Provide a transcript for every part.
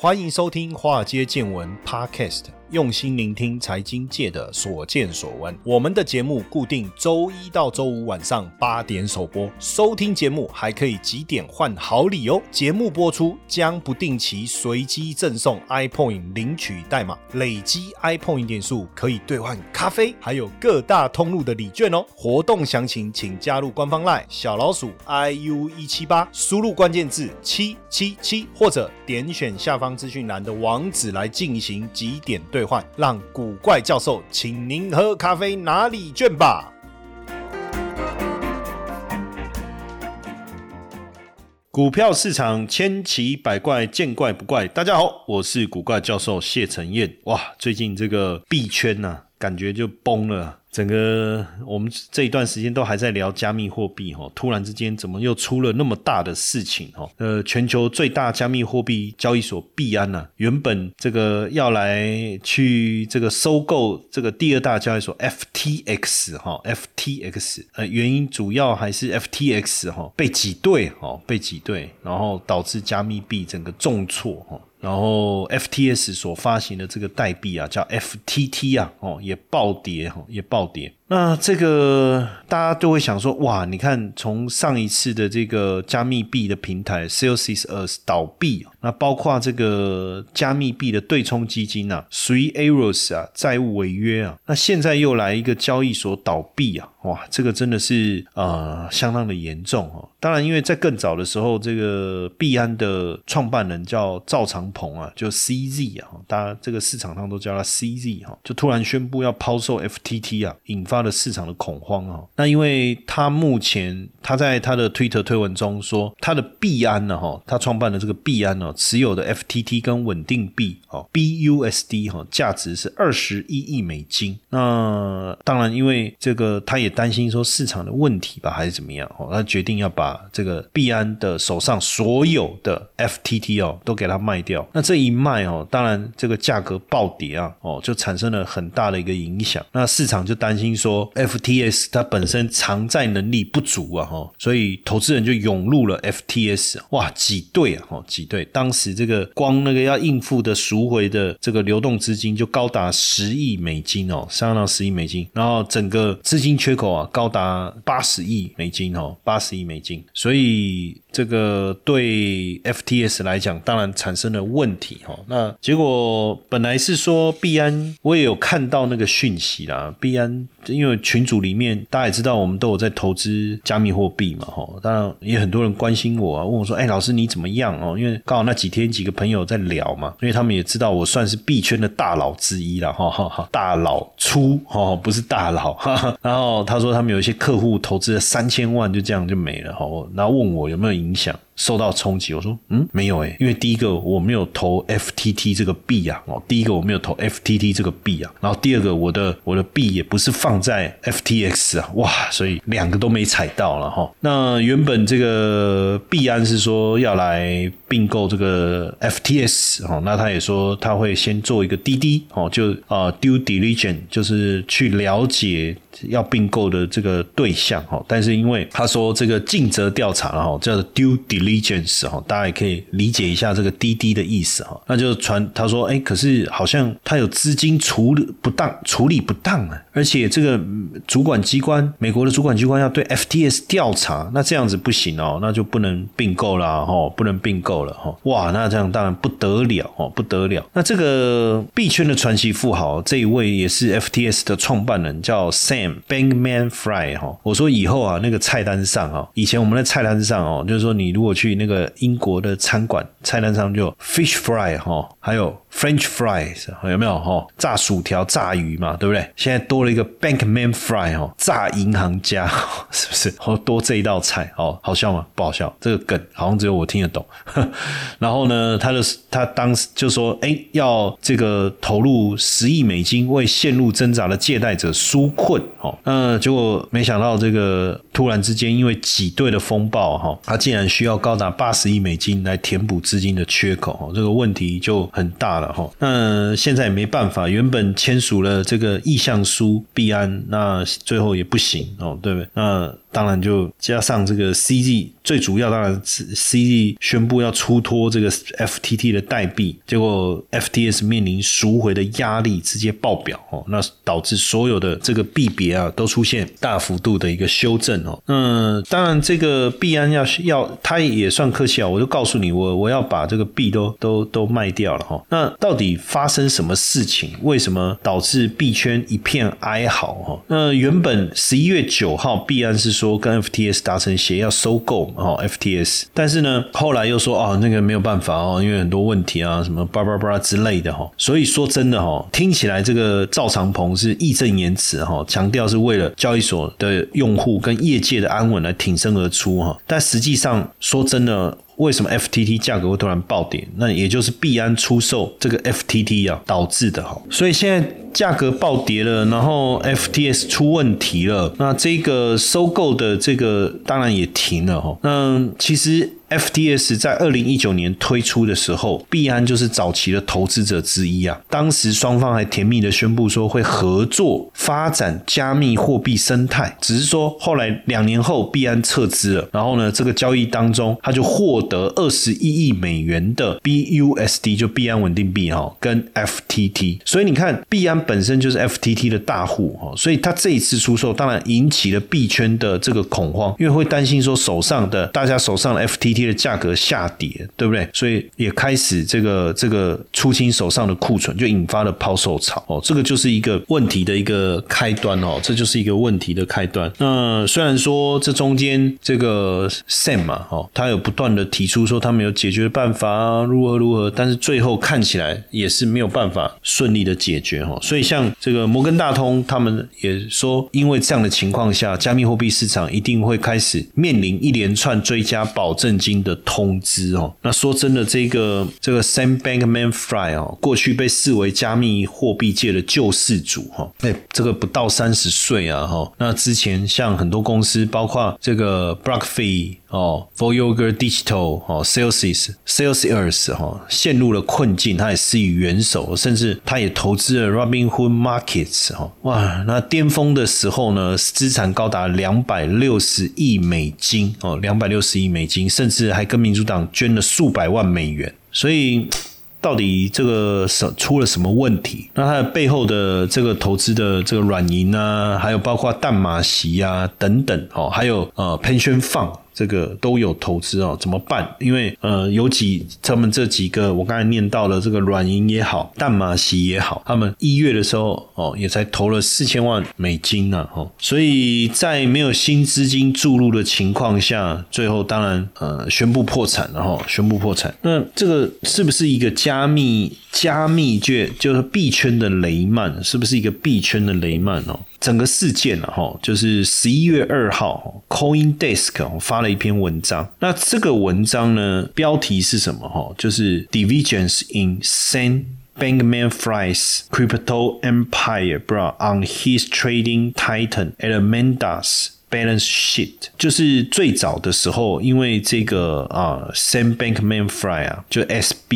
欢迎收听华尔街见闻 Podcast， 用心聆听财经界的所见所闻。我们的节目固定周一到周五晚上8点首播，收听节目还可以集点换好礼哦。节目播出将不定期随机赠送 iPoint 领取代码，累积 iPoint 点数可以兑换咖啡，还有各大通路的礼券哦。活动详情请加入官方 LINE 小老鼠 IU178， 输入关键字777，或者点选下方资讯栏的网址来进行集点兑换，让古怪教授请您喝咖啡拿礼券吧。股票市场千奇百怪，见怪不怪。大家好，我是古怪教授谢承彦。哇，最近这个币圈啊，感觉就崩了。整个我们这一段时间都还在聊加密货币，突然之间怎么又出了那么大的事情？全球最大加密货币交易所币安啊，原本这个要来去这个收购这个第二大交易所 FTX， 原因主要还是 FTX 被挤兑，然后导致加密币整个重挫。然后 FTS 所发行的这个代币啊，叫 FTT 啊，也暴跌。那这个大家都会想说，哇，你看从上一次的这个加密币的平台 Celsius 倒闭，那包括这个加密币的对冲基金啊 Three Arrows 啊债务违约啊，那现在又来一个交易所倒闭啊，哇，这个真的是相当的严重哦。当然因为在更早的时候，这个币安的创办人叫赵长鹏啊，就 CZ 啊，大家这个市场上都叫他 CZ 就突然宣布要抛售 FTT 啊，引发了市场的恐慌啊。那因为他目前他在他的 Twitter 推文中说，他的币安呢，他创办的这个币安呢，持有的 FTT 跟稳定币BUSD 价值是21亿美金。那当然因为这个他也担心说市场的问题吧，还是怎么样，他决定要把这个币安的手上所有的 FTT 都给他卖掉。那这一卖当然这个价格暴跌啊，就产生了很大的一个影响。那市场就担心说 FTS 它本身偿债能力不足啊，所以投资人就涌入了 FTS， 哇，挤兑。当时这个光那个要应付的赎回的这个流动资金就高达10亿美金相当10亿美金，然后整个资金缺口啊高达80亿美金。所以这个对 FTS 来讲当然产生了问题。那结果本来是说币安，我也有看到那个讯息啦，币安因为群组里面大家也知道我们都有在投资加密货币嘛，当然也很多人关心我啊，问我说老师你怎么样因为刚好那几天几个朋友在聊嘛，因为他们也知道我算是币圈的大佬之一啦，大佬出不是大佬然后他说他们有一些客户投资了3000万就这样就没了，然后问我有没有影响受到冲击，我说没有因为第一个我没有投 FTT 这个币啊，然后第二个我的币也不是放在 FTX 啊，哇，所以两个都没踩到了那原本这个币安是说要来并购这个 FTS 那他也说他会先做一个滴滴就due diligence， 就是去了解要并购的这个对象但是因为他说这个尽责调查叫做 due diligence， 大家也可以理解一下这个滴滴的意思那就他说可是好像他有资金处理不当而且这个美国的主管机关要对 FTS 调查，那这样子不行那就不能并购啦哇，那这样当然不得了那这个币圈的传奇富豪这一位也是 FTS 的创办人叫 Sam Bankman-Fried 我说以后啊那个菜单上以前我们的菜单上就是说你如果去那个英国的餐馆菜单上就有 fish fry 还有 French fries， 有没有炸薯条炸鱼嘛，对不对？现在多了一个 Bankman-Fried 炸银行家，是不是多这一道菜好笑吗？不好笑，这个梗好像只有我听得懂然后呢他当时就说要这个投入10亿美金为陷入挣扎的借贷者纾困结果没想到这个突然之间因为挤兑的风暴它竟然需要高达80亿美金来填补资金的缺口这个问题就很大了那现在也没办法，原本签署了这个意向书币安，那最后也不行对不对？那当然就加上这个 CZ， 最主要当然 CZ 宣布要出脱这个 FTT 的代币，结果 FTS 面临赎回的压力直接爆表那导致所有的这个币别都出现大幅度的一个修正那当然这个币安要他也算客气我就告诉你我要把这个币都卖掉了那到底发生什么事情？为什么导致币圈一片哀嚎那原本11月9号币安是说跟 FTS 达成协议要收购FTS， 但是呢后来又说那个没有办法因为很多问题什么巴拉巴拉之类的所以说真的听起来这个赵长鹏是义正言辞强调是为了交易所的用户跟业界的安稳来挺身而出但实际上说真的，为什么 FTT 价格会突然暴跌？那也就是币安出售这个 FTT 导致的所以现在价格暴跌了，然后 FTS 出问题了，那这个收购的这个当然也停了那其实FTS 在2019年推出的时候，币安就是早期的投资者之一当时双方还甜蜜的宣布说会合作发展加密货币生态，只是说后来2年后币安撤资了，然后呢这个交易当中他就获得21亿美元的 BUSD 就币安稳定币跟 FTT， 所以你看币安本身就是 FTT 的大户所以他这一次出售当然引起了币圈的这个恐慌，因为会担心说大家手上的 FTT 的价格下跌，对不对？所以也开始这个出清手上的库存，就引发了抛售潮这个就是一个问题的一个开端这就是一个问题的开端。那虽然说这中间这个 Sam 他有不断的提出说他们有解决办法如何，但是最后看起来也是没有办法顺利的解决所以像这个摩根大通他们也说，因为这样的情况下，加密货币市场一定会开始面临一连串追加保证金的通知那说真的，这个 Sam Bankman-Fried 过去被视为加密货币界的救世主这个不到30岁那之前像很多公司包括这个 BlockFi、Voyager Digital、Celsius、陷入了困境，他也施以援手，甚至他也投资了 Robinhood Markets 哇，那巅峰的时候呢，资产高达260亿美金260亿美金，甚至还跟民主党捐了数百万美元，所以到底这个出了什么问题？那它的背后的这个投资的这个软银还有包括淡马锡等等还有pension fund这个都有投资怎么办？因为他们这几个我刚才念到的这个软银也好，淡马锡也好，他们1月的时候也才投了4000万美金所以在没有新资金注入的情况下，最后当然宣布破产了宣布破产。那这个是不是一个加密就是币圈的雷曼？是不是一个币圈的雷曼整个事件就是11月2号 CoinDesk 发了一篇文章，那这个文章呢标题是什么就是 Divisions in Sam Bankman-Fried's Crypto Empire brought on his trading titan Alamanda's balance sheet， 就是最早的时候，因为这个Sam Bankman-Fried就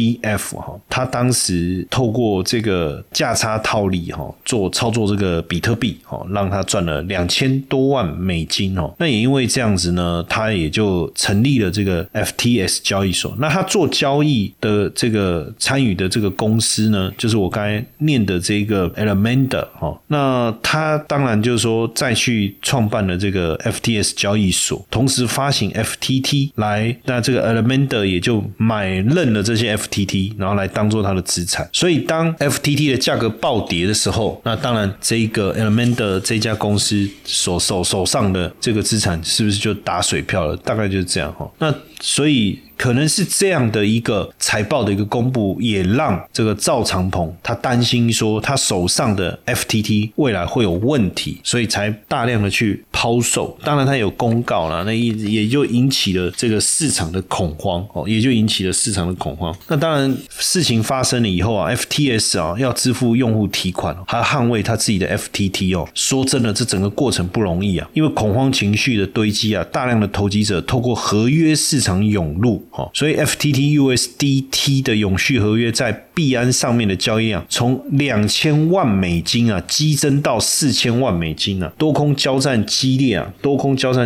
SBF 他当时透过这个价差套利操作这个比特币让他赚了2000多万美金那也因为这样子呢，他也就成立了这个 FTS 交易所。那他做交易的这个参与的这个公司呢，就是我刚才念的这个 Alameda 那他当然就是说再去创办了这个FTS 交易所，同时发行 FTT 来，那这个 Alameda 也就买认了这些 FTT， 然后来当做他的资产。所以当 FTT 的价格暴跌的时候，那当然这个 Alameda 这家公司手上的这个资产是不是就打水漂了？大概就是这样那所以可能是这样的一个财报的一个公布，也让这个赵长鹏他担心说他手上的 FTT 未来会有问题，所以才大量的去抛售。当然他有公告啦，那也就引起了这个市场的恐慌也就引起了市场的恐慌。那当然事情发生了以后啊 FTS 啊要支付用户提款，还要捍卫他自己的 FTT 说真的这整个过程不容易啊，因为恐慌情绪的堆积啊，大量的投机者透过合约市场涌入所以 FTT USDT 的永续合约在币安上面的交易量从$2000万啊激增到$4000万啊，多空交战激烈。不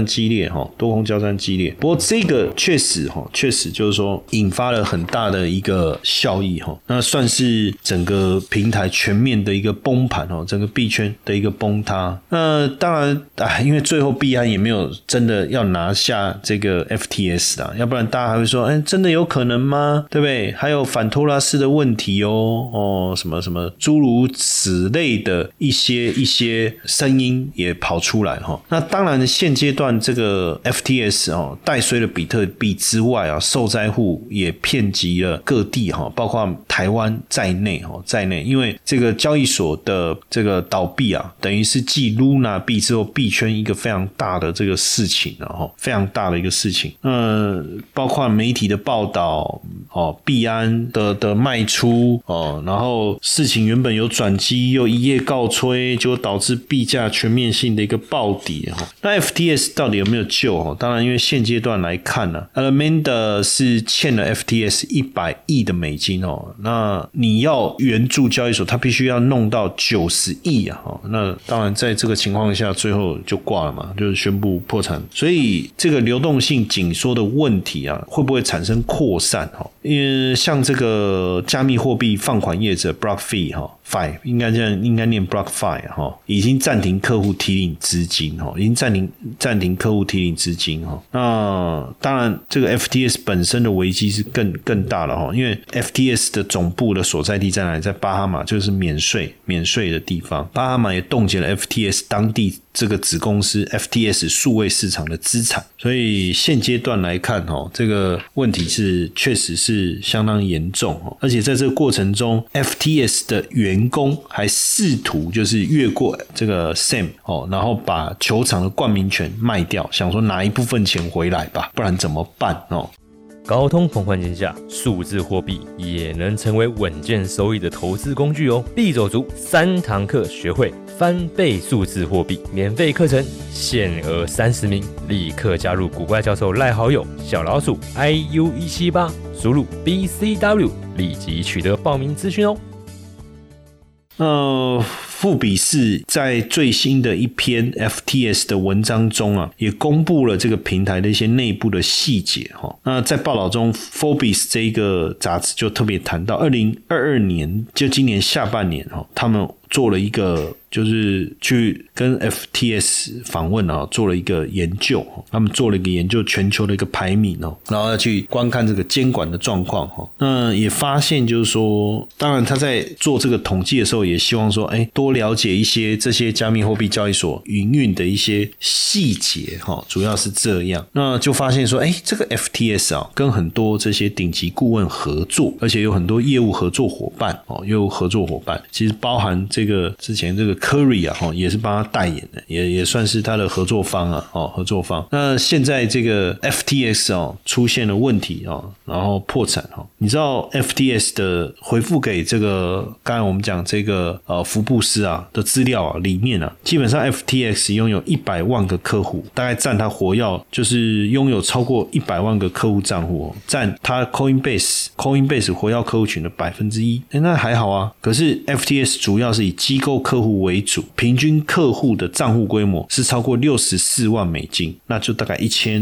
过这个确实就是说引发了很大的一个效益那算是整个平台全面的一个崩盘整个币圈的一个崩塌。那当然因为最后币安也没有真的要拿下这个 FTS 啦，要不然大家还会说真的有可能吗？对不对？还有反托拉斯的问题什么什么诸如此类的一些声音也跑出来那当然现阶段这个 FTS 带衰了比特币之外受灾户也遍及了各地包括台湾在内，因为这个交易所的这个倒闭等于是继 Luna 币之后币圈一个非常大的这个事情非常大的一个事情。包括媒体的报道币安的卖出然后事情原本有转机又一夜告吹，结果导致币价全面性的一个暴跌那 FTS 到底有没有救当然因为现阶段来看Alameda 是欠了 FTS $100亿那你要援助交易所它必须要弄到90亿那当然在这个情况下最后就挂了嘛，就是宣布破产。所以这个流动性紧缩的问题会不会产生扩散因为像这个加密货币放款业者 BlockFi应该念 BlockFi 已经暂停客户提领资金那当然这个 FTS 本身的危机是更大了因为 FTS 的总部的所在地在哪里？在巴哈马，就是免税的地方。巴哈马也冻结了 FTS 当地这个子公司 FTS 数位市场的资产，所以现阶段来看这个问题是确实是相当严重而且在这个过程中 FTS 的员工还试图就是越过这个 SAM 然后把球场的冠名权卖掉，想说拿一部分钱回来吧，不然怎么办高通膨环境下，数字货币也能成为稳健收益的投资工具币走足3堂课学会翻倍数字货币，免费课程限额30名，立刻加入古怪教授赖好友小老鼠 IU178，输入 BCW， 立即取得报名资讯富比士在最新的一篇 FTS 的文章中也公布了这个平台的一些内部的细节那在报道中 Forbes 这一个杂志就特别谈到2022年就今年下半年他们做了一个就是去跟 FTS 访问做了一个研究他们做了一个研究全球的一个排名然后要去观看这个监管的状况那也发现就是说当然他在做这个统计的时候也希望说多了解一些这些加密货币交易所营运的一些细节主要是这样。那就发现说这个 FTS 跟很多这些顶级顾问合作，而且有很多业务合作伙伴其实包含这个之前这个 Curry 也是帮他代言的，也算是他的合作方那现在这个 FTX 出现了问题然后破产你知道 FTS 的回复给这个刚才我们讲这个福布斯的资料里面基本上 FTX 拥有100万个客户，大概占他活跃就是拥有超过100万个客户账户占他 Coinbase 活跃客户群的 1%那还好可是 FTS 主要是以机构客户为主，平均客户的账户规模是超过$64万，那就大概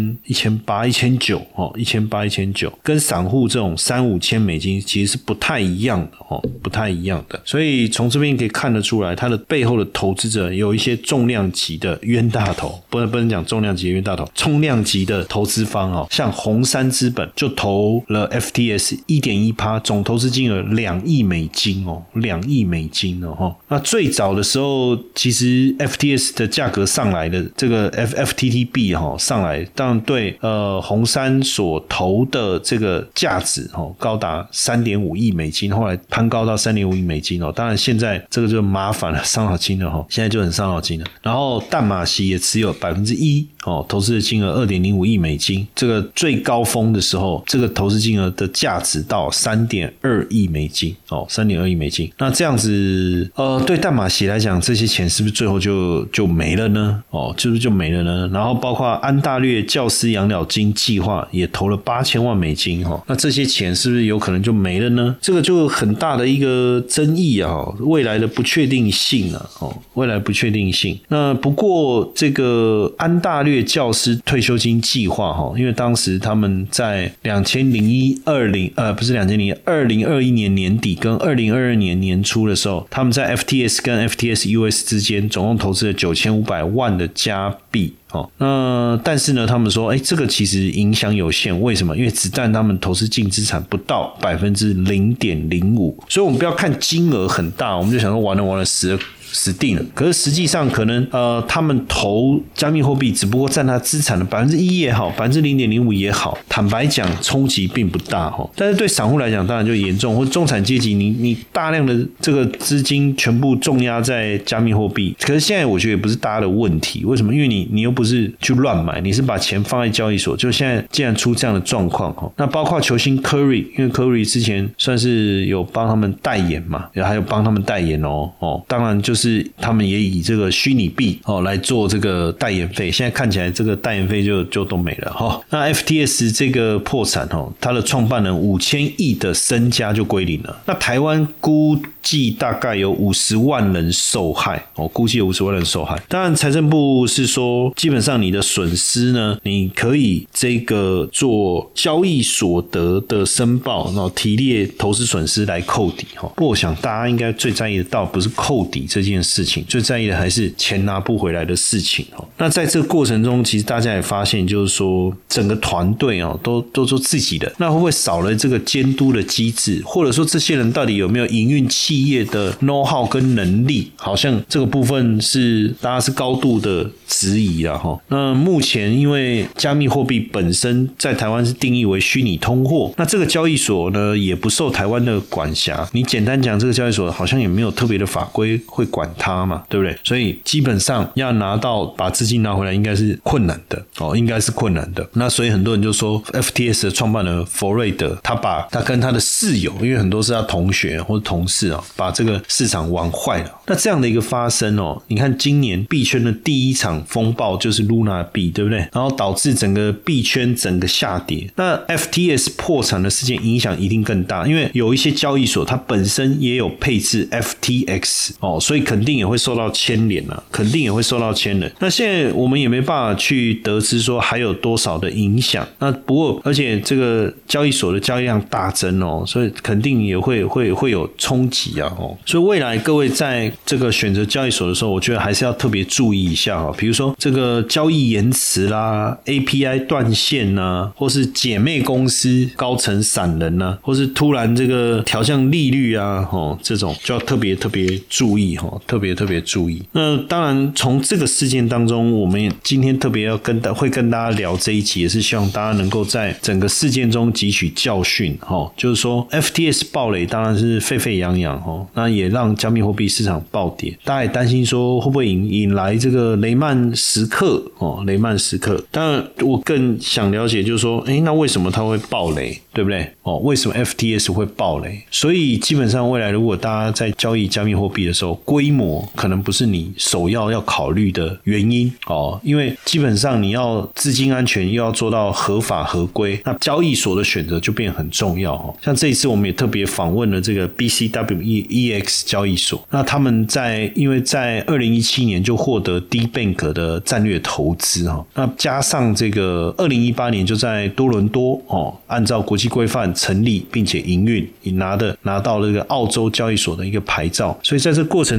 1000、1800、1900跟散户这种3-5千美金其实是不太一样的所以从这边可以看得出来它的背后的投资者有一些重量级的冤大头，不能讲重量级的冤大头，重量级的投资方像红杉资本就投了 FTS 1.1%， 总投资金额$2亿，2亿美金那最早的时时候其实 FTS 的价格上来的，这个 FTTB 上来，当然对红杉所投的这个价值高达 3.5 亿美金，后来攀高到 3.5 亿美金当然现在这个就麻烦了，伤脑筋了现在就很伤脑筋了。然后淡马锡也持有 1% 投资的金额 2.05 亿美金，这个最高峰的时候，这个投资金额的价值到 3.2 亿美金3.2 亿美金。那这样子对淡马锡来讲，这些钱是不是最后就没了呢？是不是就没了呢？然后包括安大略教师养老金计划也投了8000万美金那这些钱是不是有可能就没了呢？这个就很大的一个争议未来的不确定性未来不确定性。那不过这个安大略教师退休金计划因为当时他们在2021年年底跟2022年年初的时候，他们在 FTS 跟 FTS US 之间总共投资了9500万的加币那但是呢，他们说这个其实影响有限，为什么？因为只占他们投资净资产不到 0.05%， 所以我们不要看金额很大，我们就想说完了死定了。可是实际上可能他们投加密货币只不过占他资产的 1% 也好， 0.05% 也好，坦白讲冲击并不大但是对散户来讲当然就严重，或中产阶级你大量的这个资金全部重压在加密货币。可是现在我觉得也不是大家的问题，为什么？因为你又不是去乱买，你是把钱放在交易所，就现在既然出这样的状况那包括球星 Curry， 因为 Curry 之前算是有帮他们代言嘛，还有帮他们代言当然就是他们也以这个虚拟币来做这个代言费，现在看起来这个代言费就都没了那 FTS 这个破产它的创办人5000亿的身家就归零了。那台湾估计大概有50万人受害估计有50万人受害。当然财政部是说基本上你的损失呢，你可以这个做交易所得的申报，然后提列投资损失来扣抵不过我想大家应该最在意的倒不是扣抵这件事情，最在意的还是钱拿不回来的事情那在这个过程中其实大家也发现就是说整个团队都做自己的，那会不会少了这个监督的机制，或者说这些人到底有没有营运企业的 know how 跟能力，好像这个部分是大家是高度的质疑啦那目前因为加密货币本身在台湾是定义为虚拟通货，那这个交易所呢也不受台湾的管辖，你简单讲这个交易所好像也没有特别的法规会管它嘛，对不对？所以基本上要把资金拿回来应该是困难的应该是困难的。那所以很多人就说 FTS 的创办人佛瑞德他跟他的室友，因为很多是他同学或者同事把这个市场玩坏了。那这样的一个发生你看今年币圈的第一场风暴就是 Luna 币，对不对？然后导致整个币圈整个下跌。那 FTS 破产的事件影响一定更大，因为有一些交易所它本身也有配置 FTX 所以肯定也会受到牵连肯定也会受到牵连。那现在我们也没办法去得知说还有多少的影响。那不过而且这个交易所的交易量大增所以肯定也会有冲击所以未来各位在这个选择交易所的时候，我觉得还是要特别注意一下比如说这个交易延迟啦 API 断线或是姐妹公司高层散人或是突然这个调降利率这种就要特别注意特别注意。那当然从这个事件当中，我们今天特别要会跟大家聊这一集，也是希望大家能够在整个事件中汲取教训就是说 FTS 暴雷当然是沸沸扬扬那也让加密货币市场暴跌，大家也担心说会不会引来这个雷曼时刻雷曼时刻。当然我更想了解就是说那为什么它会暴雷，对不对为什么 FTS 会暴雷？所以基本上未来如果大家在交易加密货币的时候，规模可能不是你首要考虑的原因因为基本上你要资金安全又要做到合法合规，那交易所的选择就变很重要像这一次我们也特别访问了这个 BCWEX 交易所，那他们因为在2017年就获得 D-Bank 的战略投资那加上这个2018年就在多伦多按照国际规范成立并且营运，拿到这个澳洲交易所的一个牌照，所以在这过程中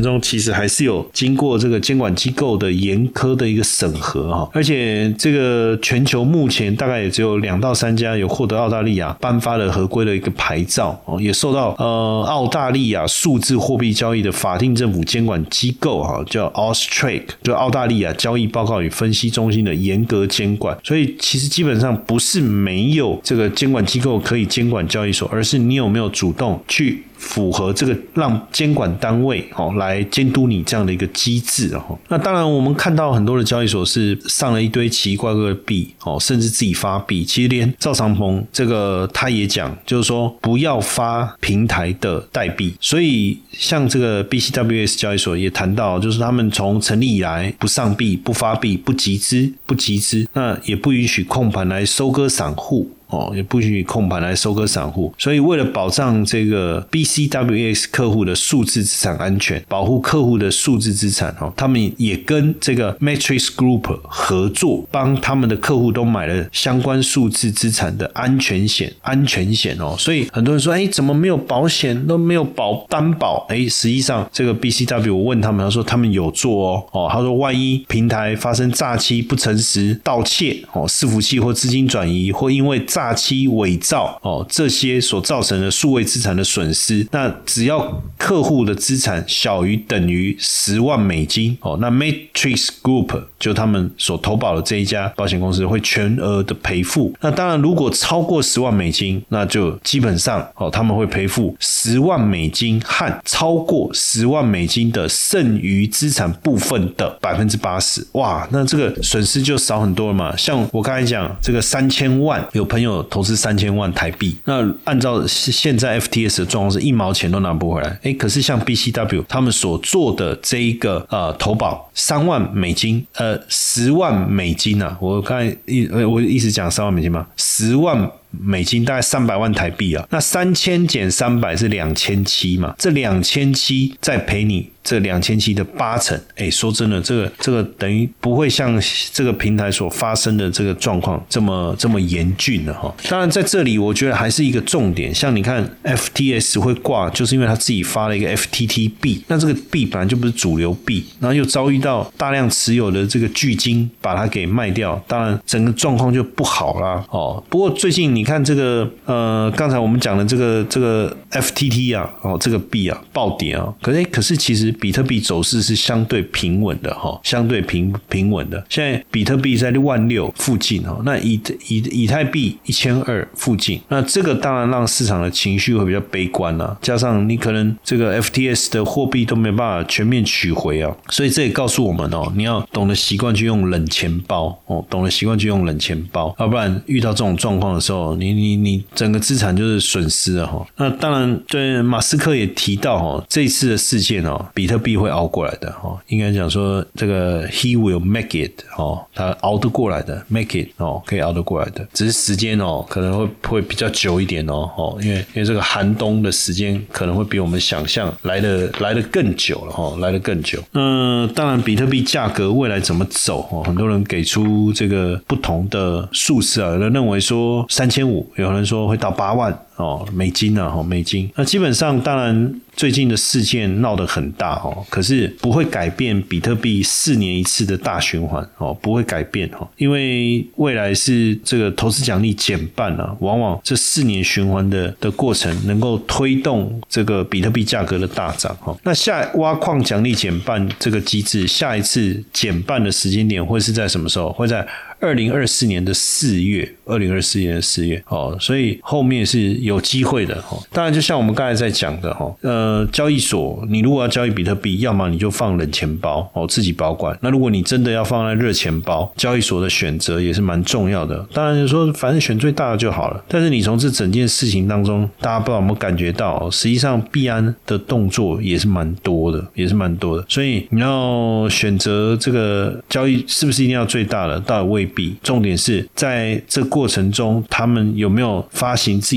中其实还是有经过这个监管机构的严苛的一个审核而且这个全球目前大概也只有2到3家有获得澳大利亚颁发的合规的一个牌照也受到澳大利亚数字货币交易的法定政府监管机构叫 Austrade， 就澳大利亚交易报告与分析中心的严格监管，所以其实基本上不是没有这个监管机构可以监管交易所，而是你有没有主动去符合这个让监管单位来监督你这样的一个机制那当然我们看到很多的交易所是上了一堆奇奇怪怪的币甚至自己发币，其实连赵长鹏这个他也讲，就是说不要发平台的代币，所以像这个 BCWS 交易所也谈到，就是他们从成立以来不上币、不发币、不集资，那也不允许控盘来收割散户也不允许控盘来收割散户，所以为了保障这个 BCWS 客户的数字资产安全，保护客户的数字资产他们也跟这个 Matrix Group 合作，帮他们的客户都买了相关数字资产的安全险所以很多人说怎么没有保险，都没有担保实际上这个 BCW 我问他们，他说他们有做他说万一平台发生诈欺、不诚实、盗窃伺服器或资金转移，或因为诈欺伪造这些所造成的数位资产的损失，那只要客户的资产小于等于10万美金那 Matrix Group 就他们所投保的这一家保险公司会全额的赔付。那当然如果超过10万美金，那就基本上他们会赔付10万美金和超过10万美金的剩余资产部分的 80%。 哇，那这个损失就少很多了嘛。像我刚才讲这个3000万，有朋友投资3000万台币，那按照现在 FTS 的状况是1毛钱都拿不回来可是像 BCW 他们所做的这一个投保3万美金10万美金我刚才我一直讲3万美金嘛，10万美金大概300万台币那3000减300是2700嘛，这2700再赔你这2700的80%说真的，这个等于不会像这个平台所发生的这个状况这么严峻的当然在这里我觉得还是一个重点，像你看 FTS 会挂，就是因为他自己发了一个 FTT 币，那这个币本来就不是主流币，然后又遭遇到大量持有的这个巨鲸把它给卖掉，当然整个状况就不好啦不过最近你看这个刚才我们讲的这个 FTT 这个币暴跌可是其实比特币走势是相对平稳的相对平稳的。现在比特币在16000附近那以太币1200附近，那这个当然让市场的情绪会比较悲观加上你可能这个 FTS 的货币都没办法全面取回所以这也告诉我们你要懂得习惯去用冷钱包懂得习惯去用冷钱包，要不然遇到这种状况的时候，你整个资产就是损失了那当然对马斯克也提到这一次的事件比特币会熬过来的应该讲说这个 he will make it 他熬得过来的 make it 可以熬得过来的，只是时间可能会比较久一点因为这个寒冬的时间可能会比我们想象来得更久了来得更久。当然比特币价格未来怎么走很多人给出这个不同的数字有人认为说3500，有人说会到8万美金美金。那基本上当然最近的事件闹得很大可是不会改变比特币4年一次的大循环不会改变因为未来是这个投资奖励减半往往这4年循环的过程能够推动这个比特币价格的大涨那挖矿奖励减半这个机制，下一次减半的时间点会是在什么时候？会在2024年的4月所以后面是有机会的当然就像我们刚才在讲的交易所你如果要交易比特币，要么你就放冷钱包自己保管，那如果你真的要放在热钱包，交易所的选择也是蛮重要的。当然就说反正选最大的就好了，但是你从这整件事情当中，大家不知道有没有感觉到实际上币安的动作也是蛮多的，所以你要选择这个交易是不是一定要最大的，倒也未必，重点是在这过程中他们有没有发行自己的代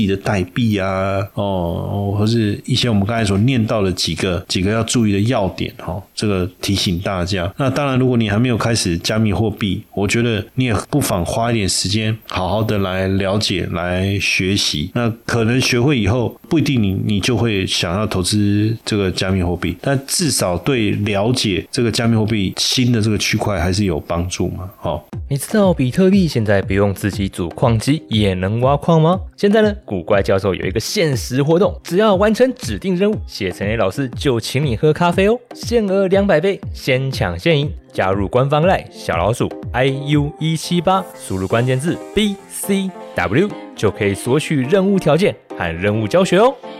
币啊，或是一些我们刚才所念到的几个要注意的要点这个提醒大家。那当然，如果你还没有开始加密货币，我觉得你也不妨花一点时间，好好的来了解、来学习。那可能学会以后，不一定你就会想要投资这个加密货币，但至少对了解这个加密货币新的这个区块还是有帮助嘛。 你知道比特币现在不用自己组矿机也能挖矿吗？现在呢，古怪教授有一个限时活动，只要完成指定任务，谢承彦老师就请你喝咖啡哦，限额200杯，先抢先赢。加入官方 LINE 小老鼠 IU178，输入关键字 BCW 就可以索取任务条件和任务教学哦。